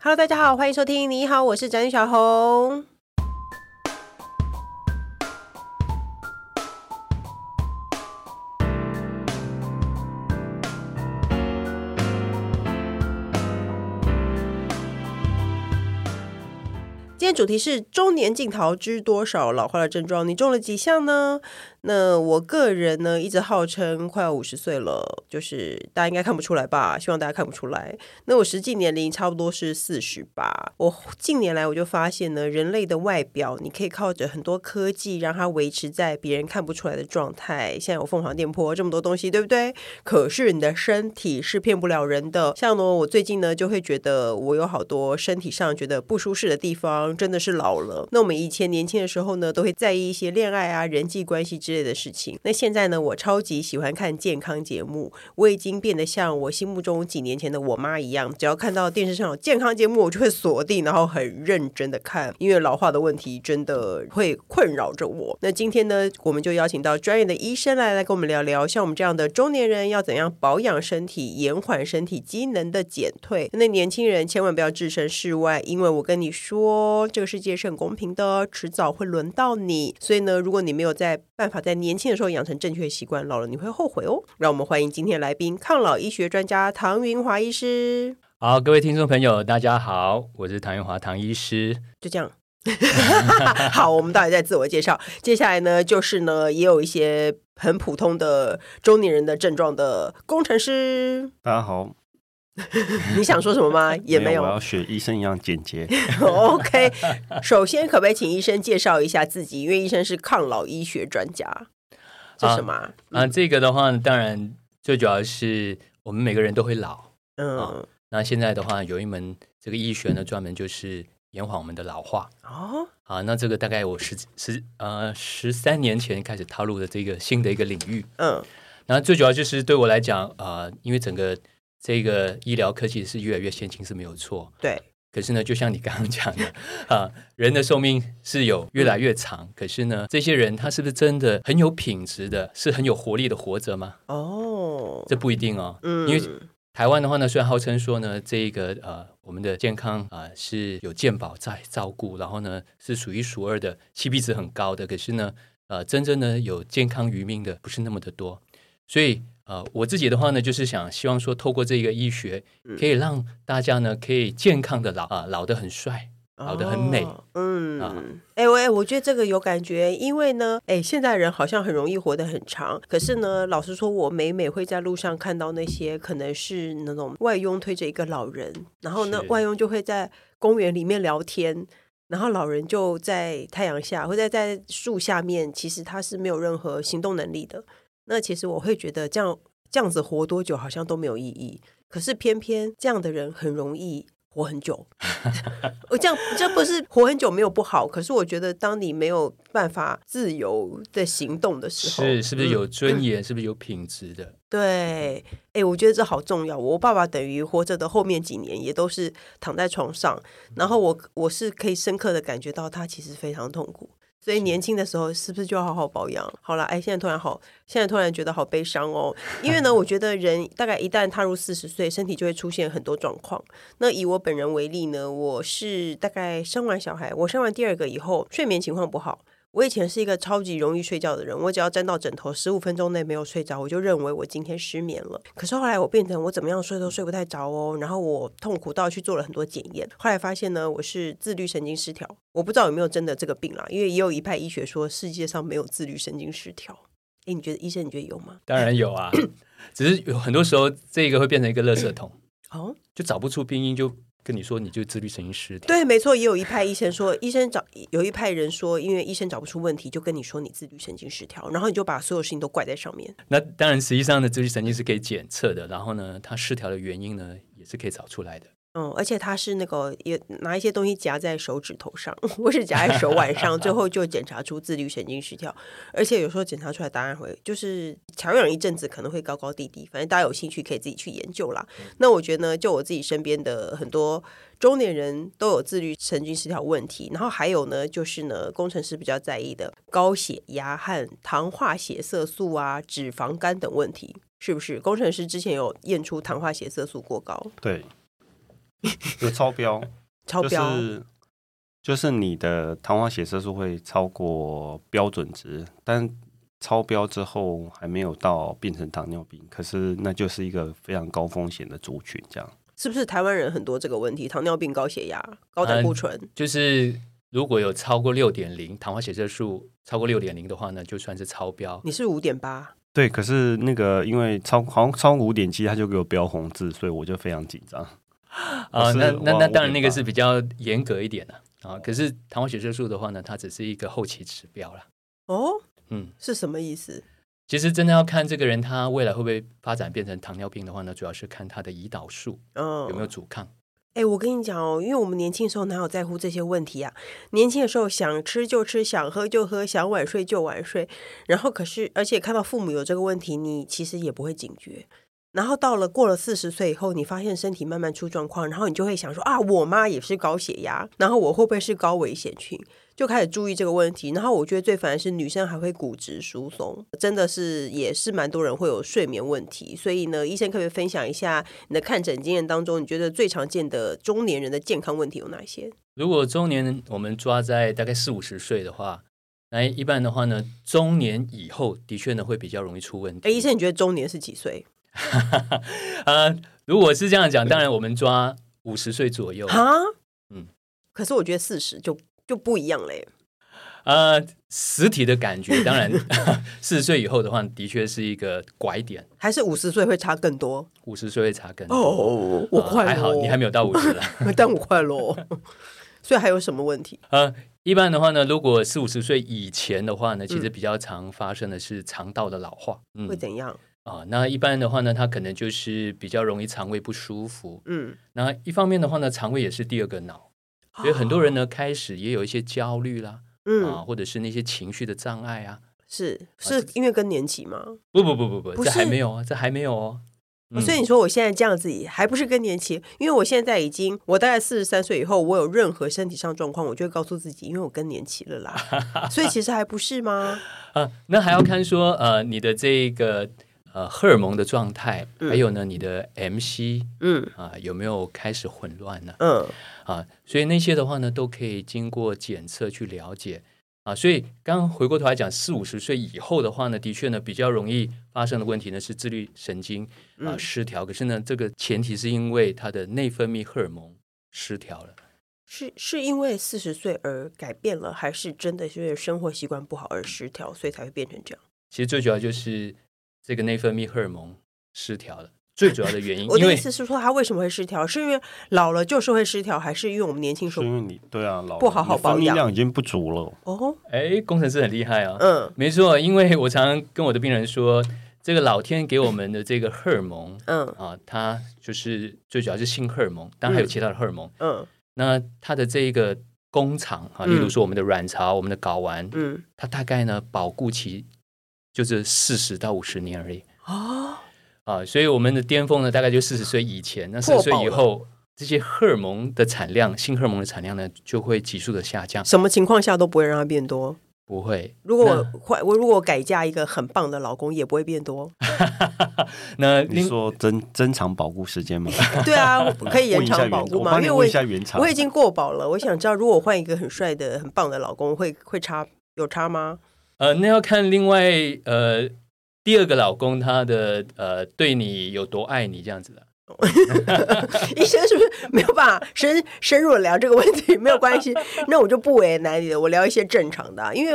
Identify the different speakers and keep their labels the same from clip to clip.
Speaker 1: Hello， 大家好，欢迎收听。你好，我是宅女小红。今天主题是中年镜头知多少老化的症状，你中了几项呢？那我个人呢，一直号称快要50岁了，就是大家应该看不出来吧？希望大家看不出来。那我实际年龄差不多是48。我近年来我就发现呢，人类的外表你可以靠着很多科技让它维持在别人看不出来的状态。现在有凤凰电波这么多东西，对不对？可是你的身体是骗不了人的。像呢，我最近呢就会觉得我有好多身体上觉得不舒适的地方，真的是老了。那我们以前年轻的时候呢，都会在意一些恋爱啊、人际关系之类的事情。那现在呢，我超级喜欢看健康节目，我已经变得像我心目中几年前的我妈一样，只要看到电视上有健康节目，我就会锁定，然后很认真的看，因为老化的问题真的会困扰着我。那今天呢，我们就邀请到专业的医生来跟我们聊聊，像我们这样的中年人要怎样保养身体，延缓身体机能的减退。那年轻人千万不要置身事外，因为我跟你说，这个世界是很公平的，迟早会轮到你。所以呢，如果你没有办法在年轻的时候养成正确的习惯，老了你会后悔哦。让我们欢迎今天的来宾，抗老医学专家唐云华医师。
Speaker 2: 好，各位听众朋友大家好，我是唐云华唐医师。
Speaker 1: 就这样好，我们到底在自我介绍。接下来呢，就是呢，也有一些很普通的中年人的症状的工程师。
Speaker 3: 大家好。
Speaker 1: 你想说什么吗？也没有，
Speaker 3: 我要学医生一样简洁。
Speaker 1: OK， 首先可不可以请医生介绍一下自己？因为医生是抗老医学专家。这是什么
Speaker 2: 这个的话当然最主要是我们每个人都会老。那现在的话有一门这个医学呢，专门就是延缓我们的老化。那这个大概我13年前开始踏入的这个新的一个领域。那最主要就是对我来讲因为整个这个医疗科技是越来越先进是没有错，
Speaker 1: 对。
Speaker 2: 可是呢，就像你刚刚讲的人的寿命是有越来越长，可是呢，这些人他是不是真的很有品质的，是很有活力的活着吗？这不一定哦。因为台湾的话呢，虽然号称说呢，这个我们的健康是有健保在照顾，然后呢是数一数二的CP值很高的，可是呢真正呢有健康余命的不是那么的多，所以我自己的话呢，就是希望说透过这个医学可以让大家呢可以健康的老得很帅，老得很美。
Speaker 1: 我觉得这个有感觉，因为呢现在人好像很容易活得很长，可是呢老实说，我每会在路上看到那些可能是那种外佣推着一个老人，然后呢外佣就会在公园里面聊天，然后老人就在太阳下或者在树下面，其实他是没有任何行动能力的。那其实我会觉得这样子活多久好像都没有意义，可是偏偏这样的人很容易活很久。这不是活很久没有不好，可是我觉得当你没有办法自由的行动的时候，
Speaker 2: 是不是有尊严，是不是有品质的？
Speaker 1: 对。我觉得这好重要。我爸爸等于活着的后面几年也都是躺在床上，然后我是可以深刻的感觉到他其实非常痛苦。所以年轻的时候是不是就要好好保养？好了，现在突然觉得好悲伤哦。因为呢，我觉得人大概一旦踏入40岁，身体就会出现很多状况。那以我本人为例呢，我是大概生完小孩，我生完第2个以后，睡眠情况不好。我以前是一个超级容易睡觉的人，我只要沾到枕头15分钟内没有睡着，我就认为我今天失眠了。可是后来我变成我怎么样睡都睡不太着哦，然后我痛苦到去做了很多检验，后来发现呢，我是自律神经失调。我不知道有没有真的这个病啦，因为也有一派医学说世界上没有自律神经失调。你觉得医生你觉得有吗？
Speaker 2: 当然有啊。只是有很多时候这个会变成一个垃圾桶就找不出病因，就跟你说你就自律神经失调。
Speaker 1: 对，没错，也有一派医生说，有一派人说，因为医生找不出问题，就跟你说你自律神经失调，然后你就把所有事情都怪在上面。
Speaker 2: 那当然，实际上的自律神经是可以检测的，然后呢，它失调的原因呢也是可以找出来的。
Speaker 1: 而且他是那个也拿一些东西夹在手指头上，或是夹在手腕上，最后就检查出自律神经失调。而且有时候检查出来答案会就是调养一阵子可能会高高低低，反正大家有兴趣可以自己去研究啦。那我觉得呢，就我自己身边的很多中年人都有自律神经失调问题，然后还有呢就是呢工程师比较在意的高血压和糖化血色素啊、脂肪肝等问题，是不是？工程师之前有验出糖化血色素过高？
Speaker 3: 对。 有超标，
Speaker 1: 超标
Speaker 3: 就是你的糖化血色素会超过标准值，但超标之后还没有到变成糖尿病，可是那就是一个非常高风险的族群，这样
Speaker 1: 是不是台湾人很多这个问题？糖尿病、高血压、高胆固醇，
Speaker 2: 就是如果有超过 6.0 糖化血色素超过 6.0 的话呢，就算是超标。
Speaker 1: 你是 5.8？
Speaker 3: 对，可是那个因为好像超过5.7，他就给我标红字，所以我就非常紧张。
Speaker 2: 那当然那个是比较严格一点的啊。可是糖化血色素的话呢，它只是一个后期指标啦。
Speaker 1: 哦，是什么意思？
Speaker 2: 其实真的要看这个人他未来会不会发展变成糖尿病的话呢，主要是看他的胰岛素有没有阻抗。
Speaker 1: 我跟你讲哦，因为我们年轻的时候哪有在乎这些问题啊？年轻的时候想吃就吃，想喝就喝，想晚睡就晚睡。然后可是，而且看到父母有这个问题，你其实也不会警觉。然后过了40岁以后，你发现身体慢慢出状况，然后你就会想说啊，我妈也是高血压，然后我会不会是高危险群？就开始注意这个问题。然后我觉得最烦的是女生还会骨质疏松，真的是也是蛮多人会有睡眠问题。所以呢，医生可不可以分享一下你的看诊经验当中，你觉得最常见的中年人的健康问题有哪些？
Speaker 2: 如果中年我们抓在大概40-50岁的话，那一般的话呢，中年以后的确呢会比较容易出问题。
Speaker 1: 医生，你觉得中年是几岁？
Speaker 2: 如果是这样讲，当然我们抓50岁左右。
Speaker 1: 可是我觉得40就不一样嘞。
Speaker 2: 实体的感觉当然40岁以后的话的确是一个拐点。
Speaker 1: 还是50岁会差更多
Speaker 2: ？50岁会差更多。
Speaker 1: 我快了，
Speaker 2: 还好你还没有到50了
Speaker 1: 但我快了。所以还有什么问题？
Speaker 2: 一般的话呢，如果40-50岁以前的话呢，其实比较常发生的是肠道的老化。
Speaker 1: 会怎样？
Speaker 2: 那一般的话呢，它可能就是比较容易肠胃不舒服。那一方面的话呢，肠胃也是第二个脑，所以很多人呢开始也有一些焦虑啦，或者是那些情绪的障碍啊。
Speaker 1: 是因为更年期吗？
Speaker 2: 不，这还没有哦。
Speaker 1: 所以你说我现在这样子还不是更年期？因为我现在我大概43岁以后，我有任何身体上状况，我就会告诉自己，因为我更年期了啦。所以其实还不是吗？
Speaker 2: 那还要看说你的这个荷尔蒙的状态，还有呢你的 MC 有没有开始混乱呢？所以那些的话呢都可以经过检测去了解。所以刚回过头来讲，40-50岁以后的话呢，的确呢比较容易发生的问题呢是自律神经失调。可是呢这个前提是因为它的内分泌荷尔蒙失调了。
Speaker 1: 是因为40岁而改变了，还是真的是因为生活习惯不好而失调，所以才会变成这样？
Speaker 2: 其实最主要就是这个内分泌荷尔蒙失调了，最主要的原因。
Speaker 1: 我的意思是说，它为什么会失调？是因为老了就是会失调，还是因为我们年轻时候？
Speaker 3: 是因为你对啊，老了
Speaker 1: 不好好保养，
Speaker 3: 分泌量已经不足了。
Speaker 2: 工程师很厉害啊。没错，因为我常常跟我的病人说，这个老天给我们的这个荷尔蒙，它就是最主要是性荷尔蒙，当然还有其他的荷尔蒙。那它的这个工厂例如说我们的卵巢、我们的睾丸，它大概呢保固期就是40到50年而已。所以我们的巅峰呢大概就40岁以前，那40岁以后这些荷尔蒙的产量，性荷尔蒙的产量呢就会急速的下降。
Speaker 1: 什么情况下都不会让它变多？
Speaker 2: 不会。
Speaker 1: 如果我改嫁一个很棒的老公，也不会变多。
Speaker 2: 那
Speaker 3: 你说增长保固时间吗？
Speaker 1: 对啊，可以延长保固吗？
Speaker 3: 我帮你问一下原厂。
Speaker 1: 我已经过保了，我想知道如果我换一个很帅的很棒的老公，会有差吗？
Speaker 2: 那要看另外第二个老公他的对你有多爱你这样子的。
Speaker 1: 医生是不是没有办法深入的聊这个问题？没有关系，那我就不为难你了，我聊一些正常的。因为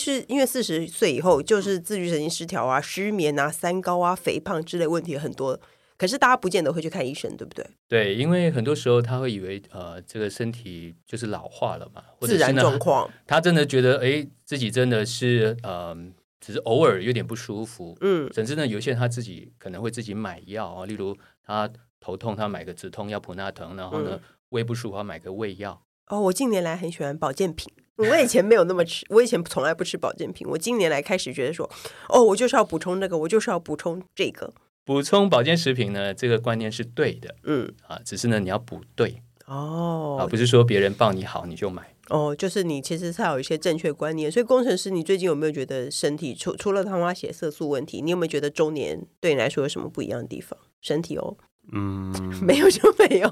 Speaker 1: 40岁以后就是自律神经失调啊、失眠啊、三高啊、肥胖之类问题很多，可是大家不见得会去看医生，对不对？
Speaker 2: 对，因为很多时候他会以为这个身体就是老化了嘛，或者是
Speaker 1: 自然状况，
Speaker 2: 他真的觉得自己真的是只是偶尔有点不舒服，甚至呢有些人他自己可能会自己买药例如他头痛他买个止痛药普拿疼，然后呢胃不舒服他买个胃药。
Speaker 1: 我近年来很喜欢保健品，我以前没有那么吃，我以前从来不吃保健品，我今年来开始觉得说我就是要补充那个，我就是要补充这个。
Speaker 2: 补充保健食品呢这个观念是对的，只是呢你要补对不是说别人报你好你就买。
Speaker 1: 就是你其实才有一些正确观念。所以工程师，你最近有没有觉得身体除了糖化血色素问题，你有没有觉得中年对你来说有什么不一样的地方？身体没有就没有。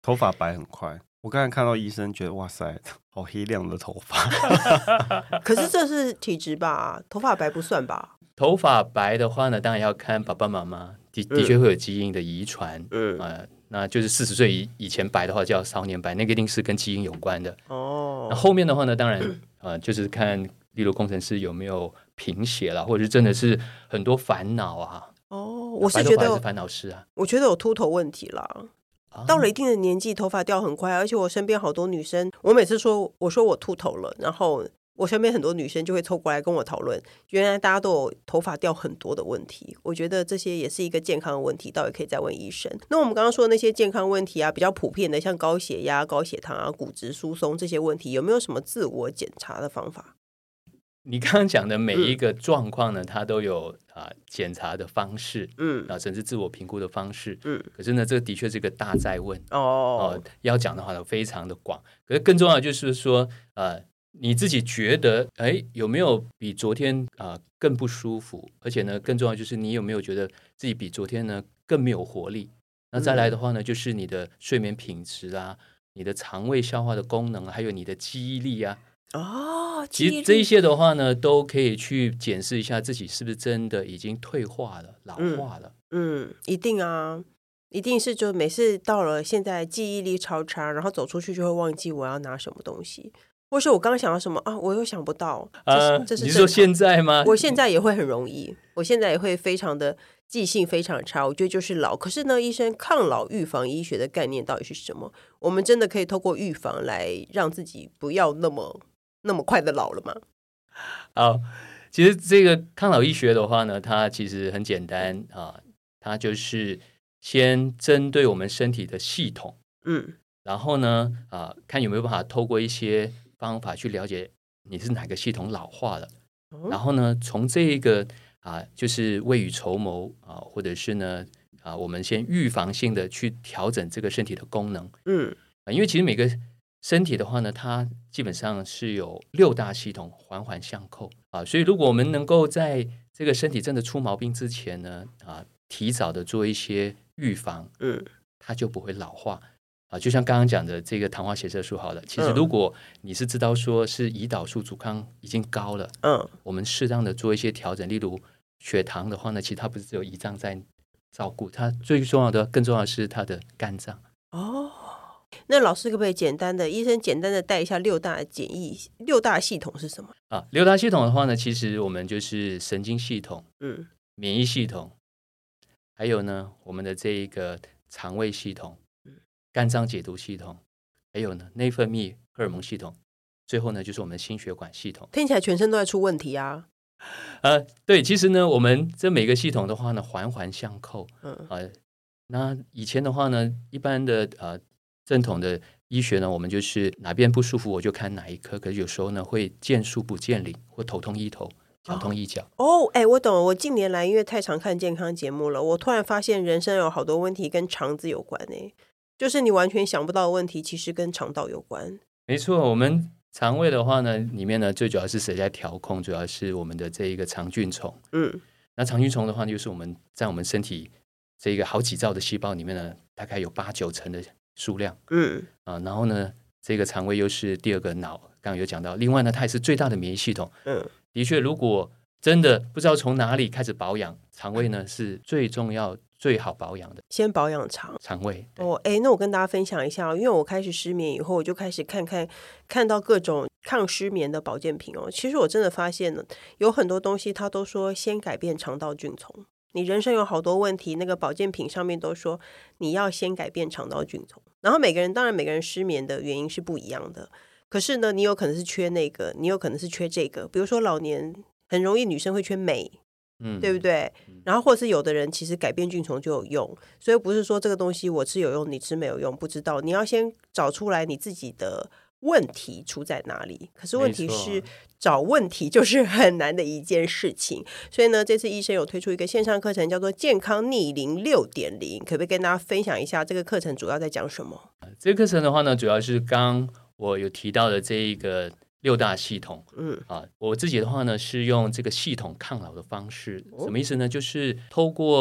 Speaker 3: 头发白很快。我刚才看到医生，觉得哇塞，好黑亮的头发。
Speaker 1: 可是这是体质吧？头发白不算吧？
Speaker 2: 头发白的话呢，当然要看爸爸妈妈，的确会有基因的遗传。那就是40岁以前白的话叫少年白，那个一定是跟基因有关的。那后面的话呢，当然就是看，例如工程师有没有贫血啦，或者是真的是很多烦恼啊。
Speaker 1: 我是觉得
Speaker 2: 烦恼事啊，
Speaker 1: 我觉得有秃头问题啦。到了一定的年纪，头发掉很快，而且我身边好多女生，我每次说我秃头了，然后我身边很多女生就会凑过来跟我讨论，原来大家都有头发掉很多的问题。我觉得这些也是一个健康的问题，倒也可以再问医生。那我们刚刚说的那些健康问题啊，比较普遍的，像高血压、高血糖啊、骨质疏松这些问题，有没有什么自我检查的方法？
Speaker 2: 你刚刚讲的每一个状况呢，它都有检查的方式，甚至自我评估的方式，可是呢，这的确是一个大哉问要讲的话呢，非常的广。可是更重要的就是说，你自己觉得，有没有比昨天更不舒服？而且呢，更重要就是你有没有觉得自己比昨天呢更没有活力？那再来的话呢，就是你的睡眠品质啊，你的肠胃消化的功能，还有你的记忆力啊。其实这一些的话呢，都可以去检视一下自己是不是真的已经退化了、老化了。
Speaker 1: 一定啊，一定是就每次到了现在记忆力超差，然后走出去就会忘记我要拿什么东西，或是我刚想到什么我又想不到。这是
Speaker 2: 你是说现在吗？
Speaker 1: 我现在也会很容易，我现在也会非常的记性非常差，我觉得就是老。可是呢，医生，抗老预防医学的概念到底是什么？我们真的可以透过预防来让自己不要那么快的老了吗？
Speaker 2: 其实这个抗老医学的话呢，它其实很简单它就是先针对我们身体的系统，然后呢看有没有办法透过一些方法去了解你是哪个系统老化了，然后呢从这一个就是未雨绸缪或者是呢我们先预防性的去调整这个身体的功能，因为其实每个身体的话呢，它基本上是有6大系统环环相扣所以如果我们能够在这个身体真的出毛病之前呢提早的做一些预防，它就不会老化就像刚刚讲的这个糖化血色素好了，其实如果你是知道说是胰岛素阻抗已经高了，我们适当的做一些调整，例如血糖的话呢，其实它不是只有胰脏在照顾，它最重要的更重要的是它的肝脏。
Speaker 1: 那老师可不可以医生简单的带一下6大系统是什么
Speaker 2: ？6大系统的话呢，其实我们就是神经系统，免疫系统，还有呢我们的这一个肠胃系统，肝脏解毒系统，还有呢内分泌荷尔蒙系统，最后呢就是我们的心血管系统。
Speaker 1: 听起来全身都在出问题啊。
Speaker 2: 对，其实呢我们这每个系统的话呢环环相扣。那以前的话呢，一般的正统的医学呢，我们就是哪边不舒服我就看哪一科，可是有时候呢会见树不见林，或头痛医头，脚痛医脚。
Speaker 1: 我懂了。我近年来因为太常看健康节目了，我突然发现人生有好多问题跟肠子有关就是你完全想不到的问题，其实跟肠道有关。
Speaker 2: 没错，我们肠胃的话呢，里面呢最主要是谁在调控？主要是我们的这一个肠菌虫。那肠菌虫的话，就是我们在我们身体这个好几兆的细胞里面呢，大概有8-9成的数量。然后呢，这个肠胃又是第2个脑，刚刚有讲到。另外呢，它也是最大的免疫系统。的确，如果真的不知道从哪里开始保养肠胃呢，是最重要、最好保养的。
Speaker 1: 先保养肠
Speaker 2: 胃。
Speaker 1: 那我跟大家分享一下因为我开始失眠以后，我就开始看到各种抗失眠的保健品其实我真的发现了，有很多东西它都说先改变肠道菌丛。你人生有好多问题，那个保健品上面都说你要先改变肠道菌丛。然后当然每个人失眠的原因是不一样的，可是呢，你有可能是缺那个，你有可能是缺这个。比如说老年很容易女生会缺镁，对不对？然后或者是有的人其实改变菌丛就有用，所以不是说这个东西我吃有用，你吃没有用，不知道。你要先找出来你自己的问题出在哪里。可是问题是找问题就是很难的一件事情。所以呢，这次医生有推出一个线上课程，叫做健康逆龄 6.0， 可不可以跟大家分享一下这个课程主要在讲什么？
Speaker 2: 这个课程的话呢，主要是刚我有提到的这一个6大系统。我自己的话呢是用这个系统抗老的方式。什么意思呢？就是透过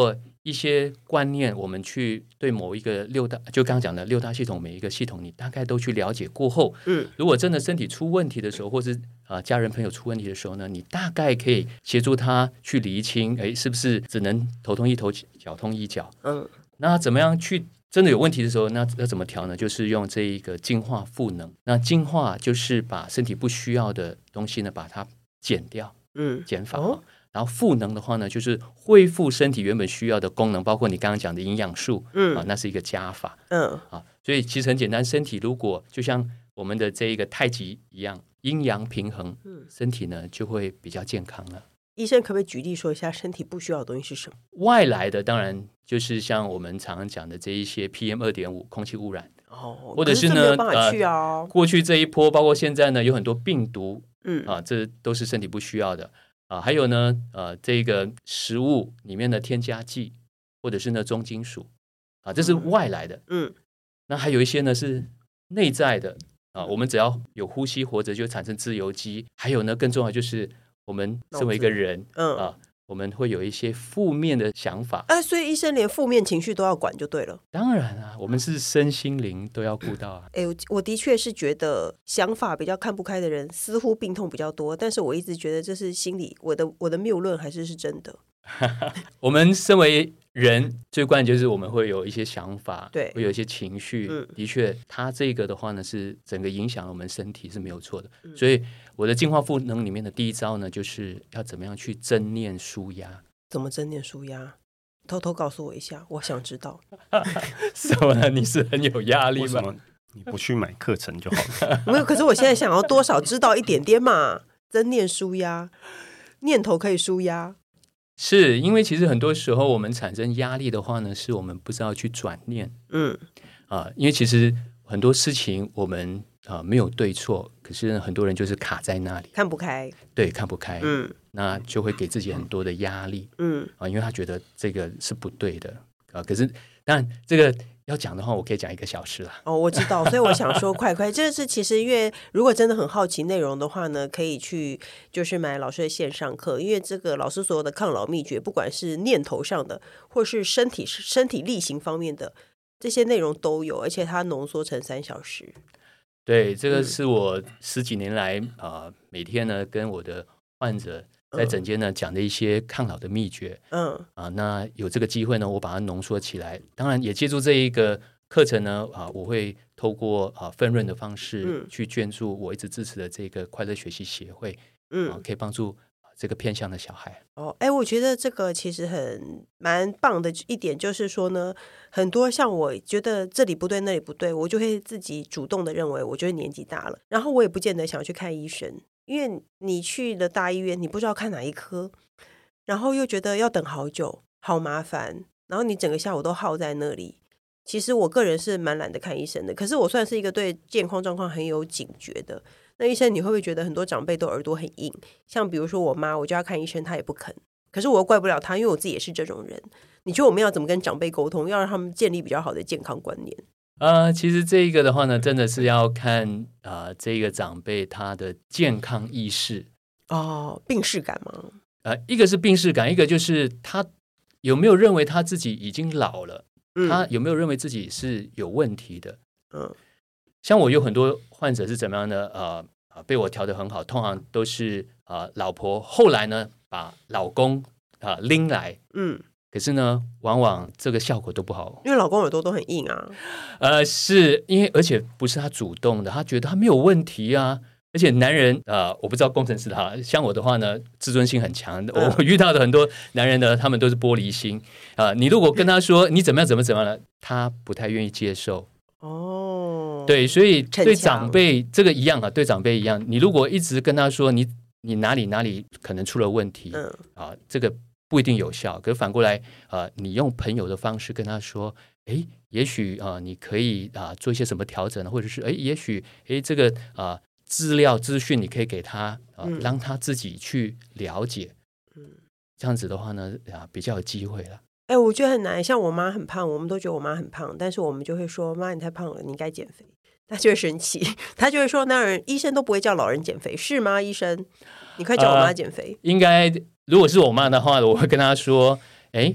Speaker 2: 一些观念，我们去对某一个就刚刚讲的6大系统，每一个系统你大概都去了解过后，如果真的身体出问题的时候，或是家人朋友出问题的时候呢，你大概可以协助他去厘清，是不是只能头痛医头，脚痛医脚？那怎么样去真的有问题的时候，那要怎么调呢？就是用这一个净化赋能。那净化就是把身体不需要的东西呢，把它减掉，减法。然后赋能的话呢，就是恢复身体原本需要的功能，包括你刚刚讲的营养素，那是一个加法，所以其实很简单，身体如果就像我们的这一个太极一样，阴阳平衡，身体呢就会比较健康了。
Speaker 1: 医生可不可以举例说一下身体不需要的东西是什么？
Speaker 2: 外来的当然就是像我们常常讲的这一些 PM2.5 空气污染，或者是呢
Speaker 1: 没有办法去啊。
Speaker 2: 过去这一波，包括现在呢，有很多病毒，这都是身体不需要的。还有呢，这个食物里面的添加剂，或者是呢重金属，这是外来的。那还有一些呢是内在的，我们只要有呼吸活着就产生自由基。还有呢，更重要就是我们身为一个人，我们会有一些负面的想法。
Speaker 1: 所以医生连负面情绪都要管就对了。
Speaker 2: 当然啊，我们是身心灵都要顾到啊。
Speaker 1: 我的确是觉得想法比较看不开的人似乎病痛比较多，但是我一直觉得这是心理，我的谬论还是真的。
Speaker 2: 我们身为人最关键就是我们会有一些想法，
Speaker 1: 对，
Speaker 2: 会有一些情绪，的确它这个的话呢是整个影响了我们身体是没有错的。所以我的净化赋能里面的第一招呢，就是要怎么样去正念舒压。
Speaker 1: 怎么正念舒压？偷偷告诉我一下，我想知道。
Speaker 2: 什么呢？你是很有压力吗？
Speaker 3: 为什么你不去买课程就好了？
Speaker 1: 没有，可是我现在想要多少知道一点点嘛。正念舒压，念头可以舒压。
Speaker 2: 是因为其实很多时候我们产生压力的话呢，是我们不知道去转念。因为其实很多事情我们没有对错，可是很多人就是卡在那里，
Speaker 1: 看不开。
Speaker 2: 对，看不开。那就会给自己很多的压力。因为他觉得这个是不对的。可是当然这个要讲的话，我可以讲1个小时啦。
Speaker 1: 我知道，所以我想说快，这是其实因为如果真的很好奇内容的话呢，可以去就是买老师的线上课，因为这个老师所有的抗老秘诀，不管是念头上的，或是身体力行方面的这些内容都有，而且它浓缩成3小时。
Speaker 2: 对，这个是我10几年来每天呢跟我的患者在诊间呢讲的一些抗老的秘诀。那有这个机会呢，我把它浓缩起来。当然也借助这一个课程呢，我会透过分润的方式去捐助我一直支持的这个快乐学习协会，可以帮助这个偏向的小孩。
Speaker 1: 我觉得这个其实蛮棒的一点就是说呢，很多像我觉得这里不对那里不对，我就会自己主动的认为我觉得年纪大了，然后我也不见得想去看医生，因为你去了大医院你不知道看哪一科，然后又觉得要等好久好麻烦，然后你整个下午都耗在那里。其实我个人是蛮懒得看医生的，可是我算是一个对健康状况很有警觉的。那医生你会不会觉得很多长辈都耳朵很硬？像比如说我妈，我叫她看医生她也不肯，可是我又怪不了她，因为我自己也是这种人。你觉得我们要怎么跟长辈沟通，要让他们建立比较好的健康观念？
Speaker 2: 其实这一个的话呢，真的是要看这个长辈他的健康意识。
Speaker 1: 病识感吗？
Speaker 2: 一个是病识感，一个就是他有没有认为他自己已经老了，他有没有认为自己是有问题的。像我有很多患者是怎么样的被我调得很好，通常都是老婆后来呢把老公拎来，可是呢往往这个效果都不好，
Speaker 1: 因为老公耳朵都很硬啊。
Speaker 2: 是因为而且不是他主动的，他觉得他没有问题啊。而且男人我不知道工程师像我的话呢，自尊心很强。我遇到的很多男人呢，他们都是玻璃心。你如果跟他说你怎么样怎么样了，他不太愿意接受。对，所以对长辈这个一样对长辈一样，你如果一直跟他说你哪里可能出了问题，这个不一定有效。可是反过来你用朋友的方式跟他说，也许你可以做一些什么调整，或者是也许这个资料资讯你可以给他让他自己去了解。这样子的话呢比较有机会了。
Speaker 1: 我觉得很难，像我妈很胖，我们都觉得我妈很胖，但是我们就会说妈你太胖了，你应该减肥。她就会生气，她就会说那人医生都不会叫老人减肥是吗？医生你快叫我妈减肥。
Speaker 2: 应该如果是我妈的话，我会跟她说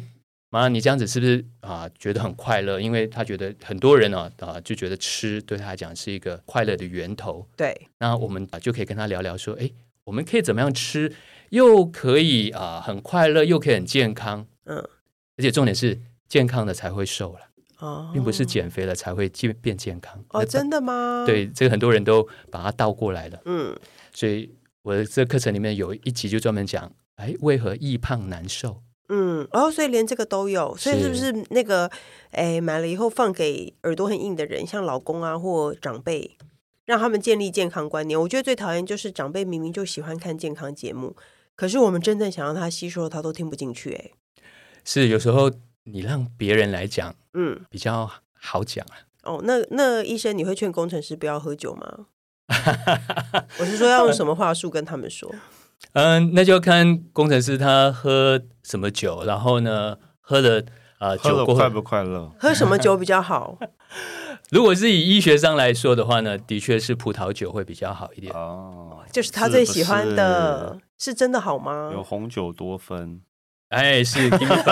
Speaker 2: 妈，你这样子是不是觉得很快乐？因为他觉得很多人就觉得吃对他来讲是一个快乐的源头。
Speaker 1: 对，
Speaker 2: 那我们就可以跟他聊聊说，我们可以怎么样吃，又可以很快乐，又可以很健康。而且重点是健康的才会瘦了，并不是减肥了才会变健康。
Speaker 1: 真的吗？
Speaker 2: 对，这个很多人都把它倒过来了。所以我的这个课程里面有一集就专门讲，为何易胖难瘦？
Speaker 1: 所以连这个都有，所以是不是那个买了以后放给耳朵很硬的人，像老公啊或长辈，让他们建立健康观念？我觉得最讨厌就是长辈明明就喜欢看健康节目，可是我们真正想让他吸收，他都听不进去。
Speaker 2: 是有时候你让别人来讲，比较好讲
Speaker 1: 那医生，你会劝工程师不要喝酒吗？我是说要用什么话术跟他们说？
Speaker 2: 那就看工程师他喝什么酒，然后呢，喝了酒过后
Speaker 3: 快不快乐？
Speaker 1: 喝什么酒比较好？
Speaker 2: 如果是以医学上来说的话呢，的确是葡萄酒会比较好一点。
Speaker 1: 就是他最喜欢的，是真的好吗？
Speaker 3: 有红酒多酚。
Speaker 2: 是 give me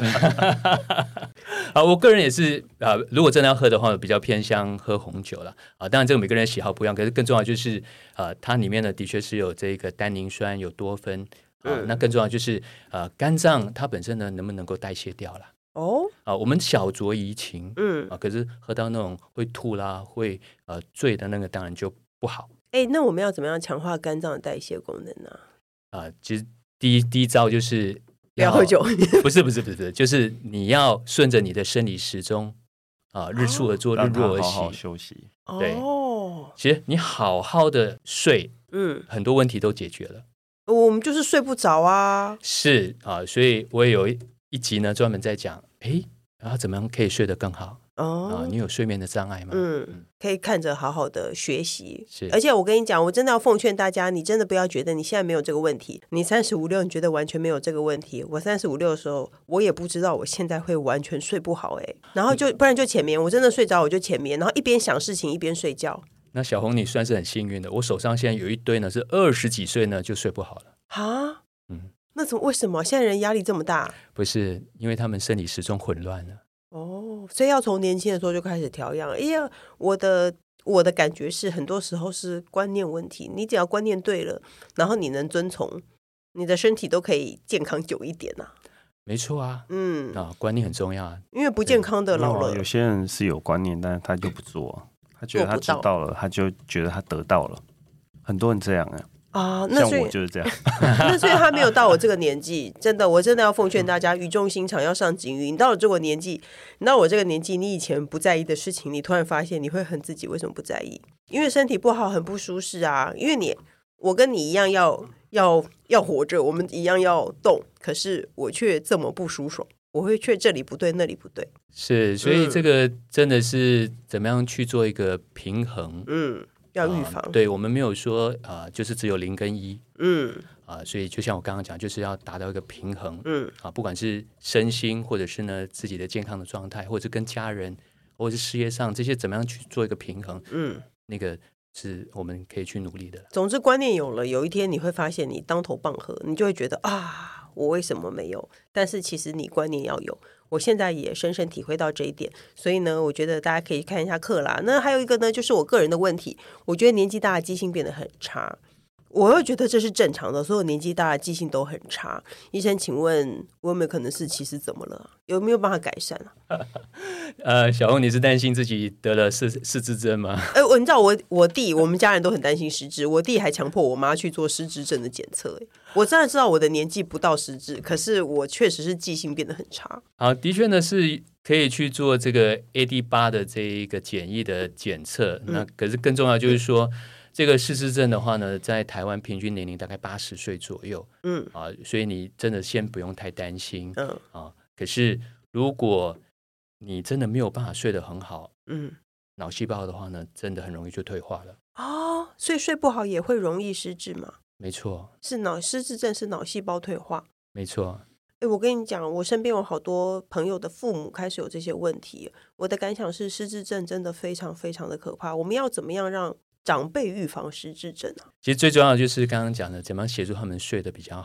Speaker 2: five 我个人也是如果真的要喝的话，比较偏向喝红酒了当然这个每个人喜好不一样，可是更重要就是它里面呢的确是有这个单宁酸，有多酚那更重要就是肝脏它本身呢能不能够代谢掉了我们小酌怡情可是喝到那种会吐啦会醉的那个当然就不好。
Speaker 1: 那我们要怎么样强化肝脏的代谢功能呢？
Speaker 2: 其实第一招就是
Speaker 1: 不要喝酒。
Speaker 2: 不是，就是你要顺着你的生理时钟日出而作，日落而息，
Speaker 3: 好好休息。
Speaker 2: 对，其实你好好的睡，很多问题都解决了。
Speaker 1: 我们就是睡不着啊。
Speaker 2: 是所以我也有一集呢专门在讲，然后怎么样可以睡得更好。你有睡眠的障碍吗？
Speaker 1: 可以看着好好的学习。而且我跟你讲，我真的要奉劝大家，你真的不要觉得你现在没有这个问题，你35、6你觉得完全没有这个问题。我35、6的时候，我也不知道我现在会完全睡不好然后不然就浅眠，我真的睡着我就浅眠，然后一边想事情一边睡觉。
Speaker 2: 那小红你算是很幸运的，我手上现在有一堆呢是20几岁呢就睡不好了。
Speaker 1: 那为什么现在人压力这么大？
Speaker 2: 不是因为他们生理时钟混乱了。
Speaker 1: 所以要从年轻的时候就开始调养。我的感觉是很多时候是观念问题，你只要观念对了，然后你能遵从，你的身体都可以健康久一点
Speaker 2: 没错观念很重要
Speaker 1: 因为不健康的老了。
Speaker 3: 有些人是有观念，但是他就不做，他觉得他知道了，他就觉得他得到了。很多人这样
Speaker 1: 那
Speaker 3: 像我就是这样。
Speaker 1: 那所以他没有到我这个年纪，我真的要奉劝大家，语重心长，要上警语。你到了这个年纪，你以前不在意的事情，你突然发现你会恨自己为什么不在意，因为身体不好很不舒适因为我跟你一样要活着，我们一样要动，可是我却这么不舒爽，我会却这里不对那里不对。
Speaker 2: 是，所以这个真的是怎么样去做一个平衡
Speaker 1: 要预防。
Speaker 2: 对，我们没有说就是只有0跟1所以就像我刚刚讲，就是要达到一个平衡不管是身心或者是呢自己的健康的状态，或者是跟家人或者是事业上这些怎么样去做一个平衡那个是我们可以去努力的。
Speaker 1: 总之观念有了，有一天你会发现你当头棒喝，你就会觉得我为什么没有？但是其实你观念要有，我现在也深深体会到这一点，所以呢我觉得大家可以看一下课啦。那还有一个呢就是我个人的问题，我觉得年纪大的记性变得很差，我又觉得这是正常的，所有年纪大的记性都很差。医生请问我有没有可能是其实怎么了，有没有办法改善
Speaker 2: 小红你是担心自己得了失智症吗？
Speaker 1: 你知道我们家人都很担心失智，我弟还强迫我妈去做失智症的检测。我真的知道我的年纪不到失智，可是我确实是记性变得很差。
Speaker 2: 的确呢是可以去做这个 AD8 的这一个简易的检测那可是更重要就是说这个失智症的话呢，在台湾平均年龄大概80岁左右所以你真的先不用太担心可是如果你真的没有办法睡得很好脑细胞的话呢真的很容易就退化了
Speaker 1: 所以睡不好也会容易失智吗？
Speaker 2: 没错，
Speaker 1: 失智症是脑细胞退化。
Speaker 2: 没错。
Speaker 1: 我跟你讲，我身边有好多朋友的父母开始有这些问题，我的感想是失智症真的非常非常的可怕。我们要怎么样让长辈预防失智症
Speaker 2: 其实最重要的就是刚刚讲的怎么样协助他们睡得比较好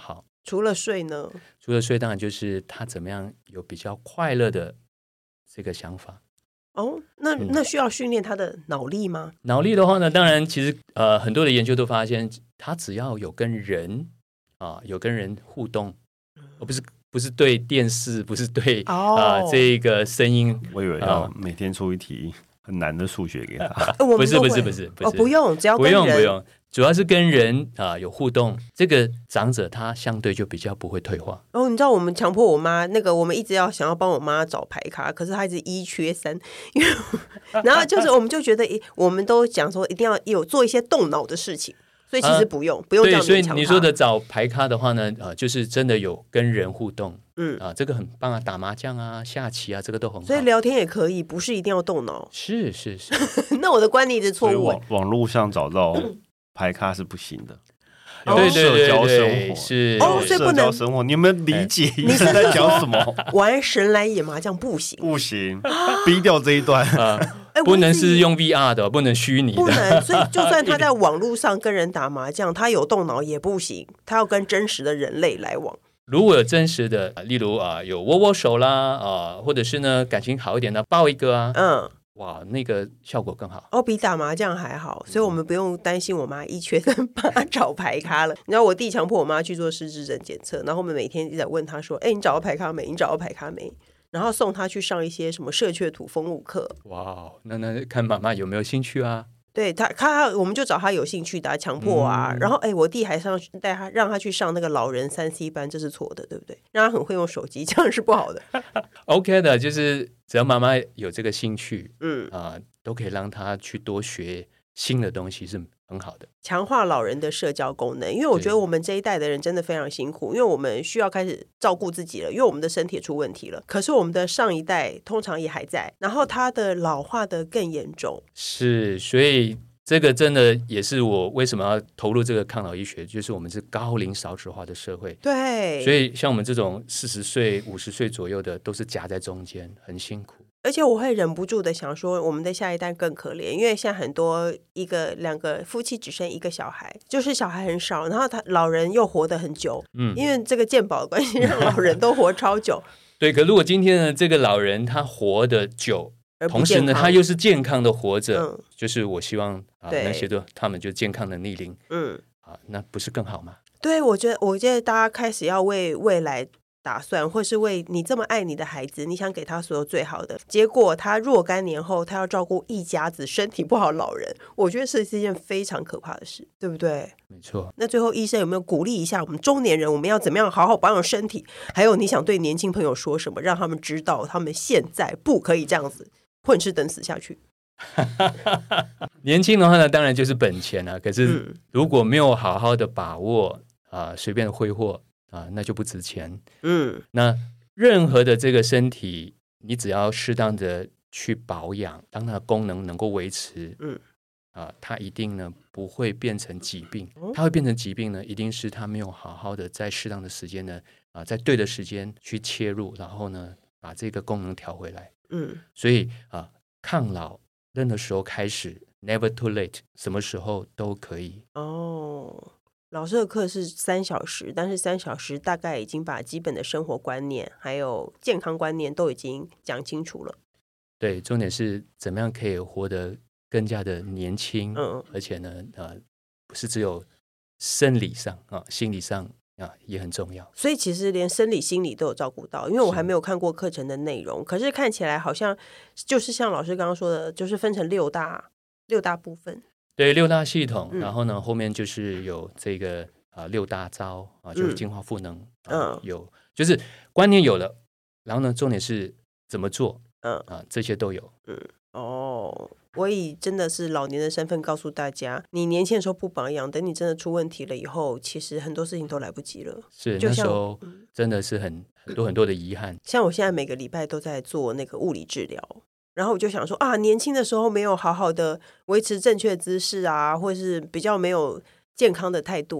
Speaker 1: 除了睡呢？
Speaker 2: 除了睡，当然就是他怎么样有比较快乐的这个想法。
Speaker 1: 哦，那需要训练他的脑力吗？
Speaker 2: 脑力的话呢，当然其实很多的研究都发现，他只要有跟人有跟人互动，而不是对电视，不是对这个声音。
Speaker 3: 我以为要每天出一题很难的数学给他。
Speaker 2: 不是，
Speaker 1: 不用，只要跟人
Speaker 2: 不用，主要是跟人有互动，这个长者他相对就比较不会退化。
Speaker 1: 你知道我们强迫我妈我们一直想要帮我妈找牌卡，可是她一直1缺3，因为然后就是我们就觉得我们都讲说一定要有做一些动脑的事情。所以其实不用这样勉强他。
Speaker 2: 对，所以你说的找牌咖的话呢，就是真的有跟人互动，这个很棒啊，打麻将啊、下棋啊，这个都很好。
Speaker 1: 所以聊天也可以，不是一定要动脑。
Speaker 2: 是。
Speaker 1: 那我的观念一直错误。
Speaker 3: 网络上找到牌咖是不行的。
Speaker 2: 对，
Speaker 3: 社交生活
Speaker 2: 是
Speaker 1: 所以不能
Speaker 3: 社交生活，你有没有理解你是在讲什么？
Speaker 1: 玩神来也麻将不行，
Speaker 3: 逼掉这一段。
Speaker 2: 不能是用 VR 的，不能虚拟的，
Speaker 1: 不能。所以就算他在网络上跟人打麻将，他有动脑也不行，他要跟真实的人类来往。
Speaker 2: 如果有真实的，例如有握手啦，或者是呢感情好一点的抱一个哇，那个效果更好。
Speaker 1: 比打麻将还好，所以我们不用担心我妈1缺3帮她找牌咖了。你知道我弟强迫我妈去做失智症检测，然后我们每天一直在问她说：“你找到牌咖没？你找到牌咖没？”然后送她去上一些什么社雀土风舞课。
Speaker 2: 哇，那看妈妈有没有兴趣啊？
Speaker 1: 对他，我们就找他有兴趣的强迫啊。然后我弟还让他去上那个老人3C 班，这是错的，对不对？让他很会用手机，这样是不好的。
Speaker 2: OK 的，就是只要妈妈有这个兴趣，都可以让他去多学新的东西，是很好的。
Speaker 1: 强化老人的社交功能，因为我觉得我们这一代的人真的非常辛苦，因为我们需要开始照顾自己了，因为我们的身体出问题了。可是我们的上一代通常也还在，然后他的老化的更严重。
Speaker 2: 是，所以这个真的也是我为什么要投入这个抗老医学，就是我们是高龄少子化的社会。
Speaker 1: 对，
Speaker 2: 所以像我们这种40岁、50岁左右的，都是夹在中间，很辛苦。
Speaker 1: 而且我会忍不住的想说，我们的下一代更可怜，因为现在很多1个2个夫妻只生1个小孩，就是小孩很少，然后老人又活得很久，因为这个健保的关系，让老人都活超久。
Speaker 2: 对，可如果今天呢，这个老人他活得久，同时呢，他又是健康的活着，就是我希望那些他们就健康的逆龄，那不是更好吗？
Speaker 1: 对，我觉得大家开始要为未来打算，或是为你这么爱你的孩子，你想给他所有最好的，结果他若干年后他要照顾一家子身体不好的老人，我觉得是一件非常可怕的事，对不对？
Speaker 2: 没错。
Speaker 1: 那最后医生有没有鼓励一下我们中年人，我们要怎么样好好保养身体？还有你想对年轻朋友说什么，让他们知道他们现在不可以这样子混吃等死下去？
Speaker 2: 年轻的话呢，当然就是本钱可是如果没有好好的把握随便挥霍那就不值钱。那任何的这个身体，你只要适当的去保养，当它的功能能够维持，它一定呢不会变成疾病。它会变成疾病呢，一定是它没有好好的在适当的时间呢在对的时间去切入，然后呢把这个功能调回来。所以抗老任何时候开始 ，never too late， 什么时候都可以。
Speaker 1: 老师的课是3小时，但是3小时大概已经把基本的生活观念还有健康观念都已经讲清楚了。
Speaker 2: 对，重点是怎么样可以活得更加的年轻，而且呢不是只有生理上心理上也很重要。所
Speaker 1: 以其实连生理心理都有照顾到，因为我还没有看过课程的内容，可是看起来好像就是像老师刚刚说的，就是分成六大部分。
Speaker 2: 对，6大系统，然后呢后面就是有这个6大招就是净化赋能，有就是观念有了，然后呢重点是怎么做，这些都有。
Speaker 1: 我以真的是老年的身份告诉大家，你年轻的时候不保养，等你真的出问题了以后，其实很多事情都来不及了。
Speaker 2: 是，那时候真的是很多的遗憾。
Speaker 1: 像我现在每个礼拜都在做那个物理治疗，然后我就想说年轻的时候没有好好的维持正确的姿势或是比较没有健康的态度，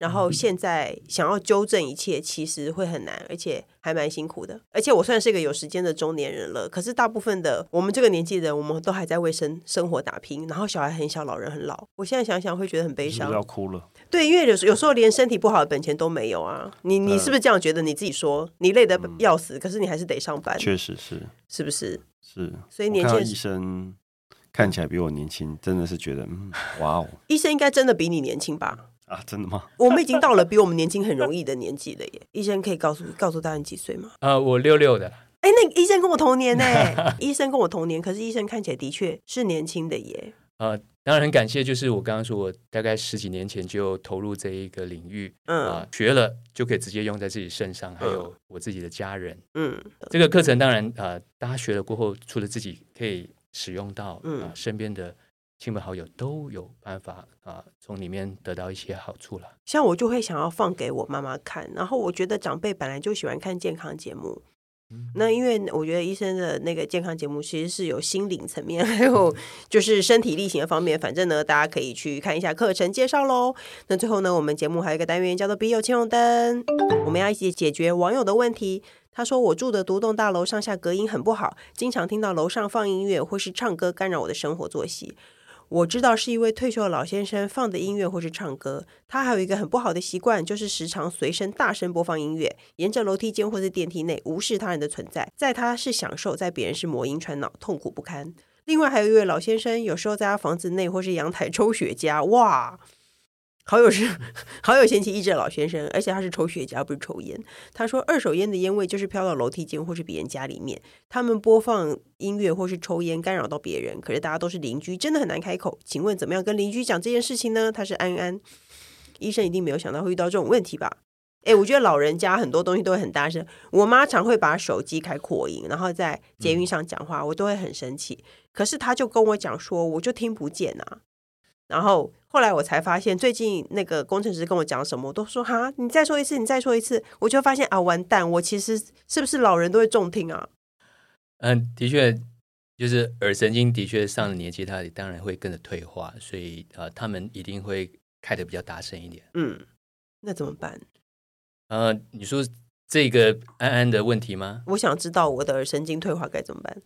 Speaker 1: 然后现在想要纠正一切其实会很难，而且还蛮辛苦的。而且我算是一个有时间的中年人了，可是大部分的我们这个年纪的人，我们都还在为生活打拼，然后小孩很小，老人很老。我现在想想会觉得很悲伤，
Speaker 3: 是不是要哭了？
Speaker 1: 对，因为有时候连身体不好的本钱都没有啊。你是不是这样觉得？你自己说，你累得要死，可是你还是得上班。
Speaker 3: 确实是，
Speaker 1: 是不是？
Speaker 3: 是。
Speaker 1: 所以年轻人
Speaker 3: 医生看起来比我年轻，真的是觉得哇哦，
Speaker 1: 医生应该真的比你年轻吧？
Speaker 3: 啊，真的吗？
Speaker 1: 我们已经到了比我们年轻很容易的年纪了耶。医生可以告诉大家你几岁吗？
Speaker 2: 我66的。
Speaker 1: 哎，那医生跟我同年呢。医生跟我同年，可是医生看起来的确是年轻的耶。
Speaker 2: 当然很感谢，就是我刚刚说我大概10几年前就投入这一个领域，学了就可以直接用在自己身上，还有我自己的家人。这个课程当然大家学了过后，除了自己可以使用到，身边的亲朋好友都有办法从里面得到一些好处了。
Speaker 1: 像我就会想要放给我妈妈看，然后我觉得长辈本来就喜欢看健康节目。那因为我觉得医生的那个健康节目其实是有心灵层面，还有就是身体力行的方面，反正呢大家可以去看一下课程介绍咯。那最后呢，我们节目还有一个单元叫做笔友青红灯，我们要一起解决网友的问题。他说我住的独栋大楼上下隔音很不好，经常听到楼上放音乐或是唱歌，干扰我的生活作息。我知道是一位退休的老先生放的音乐或是唱歌，他还有一个很不好的习惯，就是时常随身大声播放音乐，沿着楼梯间或是电梯内无视他人的存在，在他是享受，在别人是魔音传脑，痛苦不堪。另外还有一位老先生，有时候在他房子内或是阳台抽雪茄，哇，好有闲情逸致的老先生，而且他是抽雪茄不是抽烟。他说二手烟的烟味就是飘到楼梯间或是别人家里面，他们播放音乐或是抽烟干扰到别人，可是大家都是邻居，真的很难开口。请问怎么样跟邻居讲这件事情呢？他是安安。医生一定没有想到会遇到这种问题吧？我觉得老人家很多东西都会很大声，我妈常会把手机开扩音，然后在捷运上讲话，我都会很生气，可是他就跟我讲说我就听不见啊。然后后来我才发现，最近那个工程师跟我讲什么，我都说哈，你再说一次，你再说一次，我就发现完蛋，我其实是不是老人都会重听啊？
Speaker 2: 的确，就是耳神经的确上了年纪，他当然会跟着退化，所以他们一定会开得比较大声一点。
Speaker 1: 那怎么办？
Speaker 2: 你说这个安安的问题吗？
Speaker 1: 我想知道我的耳神经退化该怎么办。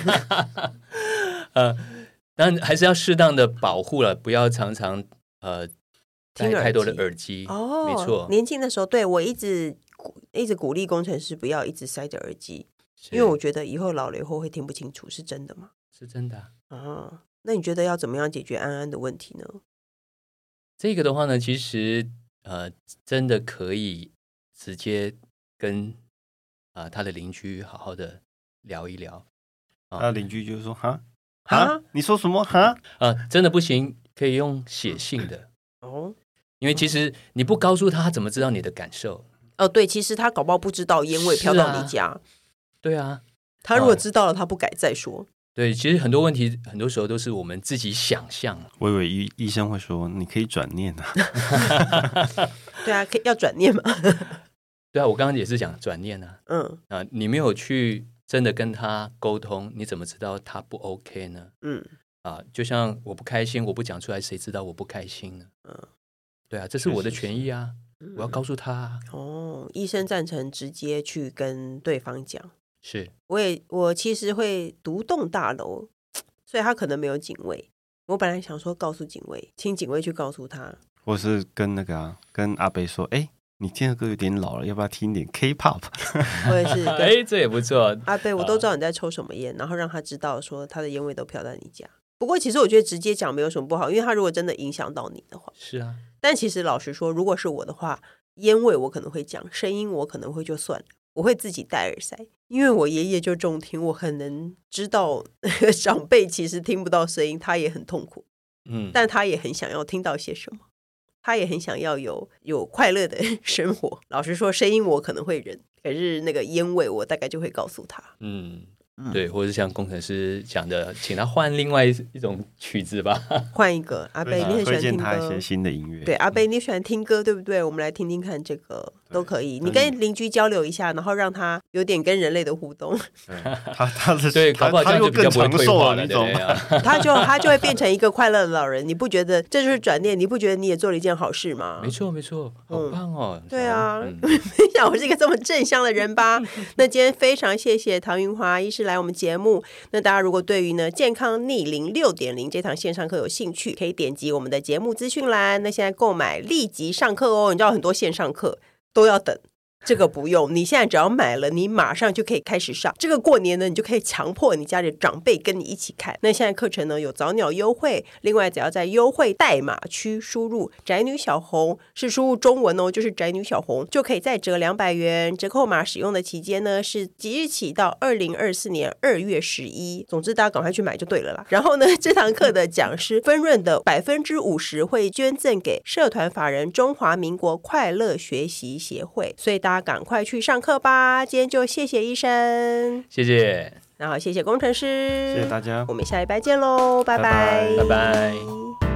Speaker 2: 当然还是要适当的保护了，不要常常戴太多的耳机。没错，
Speaker 1: 年轻的时候，对，我一直鼓励工程师不要一直塞着耳机，因为我觉得以后老了以后会听不清楚，是真的吗？
Speaker 2: 是真的
Speaker 1: 那你觉得要怎么样解决安安的问题呢？
Speaker 2: 这个的话呢，其实真的可以直接跟他的邻居好好的聊一聊。
Speaker 3: 他的邻居就说哈，你说什么
Speaker 2: 真的不行，可以用写信的。因为其实你不告诉他怎么知道你的感受？
Speaker 1: 对，其实他搞不好不知道烟味飘到你家。
Speaker 2: 对啊，
Speaker 1: 他如果知道了，他不改再说。
Speaker 2: 对，其实很多问题很多时候都是我们自己想象。
Speaker 3: 我以为医生会说你可以转念啊。
Speaker 1: 对啊，要转念嘛。
Speaker 2: 对啊，我刚刚也是讲转念啊。你没有去真的跟他沟通，你怎么知道他不 OK 呢？就像我不开心，我不讲出来，谁知道我不开心呢？对啊，这是我的权益啊，我要告诉他。
Speaker 1: 医生赞成直接去跟对方讲。
Speaker 2: 是，
Speaker 1: 我其实会独栋大楼，所以他可能没有警卫。我本来想说告诉警卫，请警卫去告诉他。
Speaker 3: 或是跟跟阿伯说，你听的歌有点老了，要不要听点 K-pop？
Speaker 1: 或者是
Speaker 2: 这也不错。
Speaker 1: 阿伯，我都知道你在抽什么烟，然后让他知道说他的烟味都飘在你家。不过其实我觉得直接讲没有什么不好，因为他如果真的影响到你的话。
Speaker 2: 是啊。
Speaker 1: 但其实老实说，如果是我的话，烟味我可能会讲，声音我可能会就算了，我会自己戴耳塞，因为我爷爷就重听，我很能知道长辈其实听不到声音，他也很痛苦。但他也很想要听到些什么，他也很想要有快乐的生活。老实说，声音我可能会忍，可是那个烟味我大概就会告诉他。
Speaker 2: 对，或者像工程师讲的，请他换另外一种曲子吧，
Speaker 1: 换一个。阿贝，你很喜欢听歌，
Speaker 3: 推荐他一些新的音乐。
Speaker 1: 对，阿贝，你喜欢听歌对不对？我们来听听看这个都可以。你跟邻居交流一下，然后让他有点跟人类的互动。
Speaker 2: 对，搞不好这样就比较不会退化了，对啊。
Speaker 1: 他就会变成一个快乐的老人，你不觉得这就是转念？你不觉得你也做了一件好事吗？
Speaker 2: 没错，好棒哦！
Speaker 1: 对啊，没想我是一个这么正向的人吧？那今天非常谢谢唐云华医师来我们节目。那大家如果对于呢健康逆龄6.0这堂线上课有兴趣，可以点击我们的节目资讯栏。那现在购买立即上课哦，你知道很多线上课都要等。这个不用，你现在只要买了，你马上就可以开始上。这个过年呢，你就可以强迫你家里的长辈跟你一起看。那现在课程呢有早鸟优惠，另外只要在优惠代码区输入宅女小红，是输入中文哦，就是宅女小红，就可以再折200元。折扣码使用的期间呢是即日起到2024年2月11。总之大家赶快去买就对了啦。然后呢，这堂课的讲师分润的50%会捐赠给社团法人中华民国快乐学习协会，所以大家赶快去上课吧。今天就谢谢医生，
Speaker 2: 谢谢，
Speaker 1: 然后谢谢工程师，
Speaker 3: 谢谢大家，
Speaker 1: 我们下礼拜见喽，拜拜，
Speaker 2: 拜拜。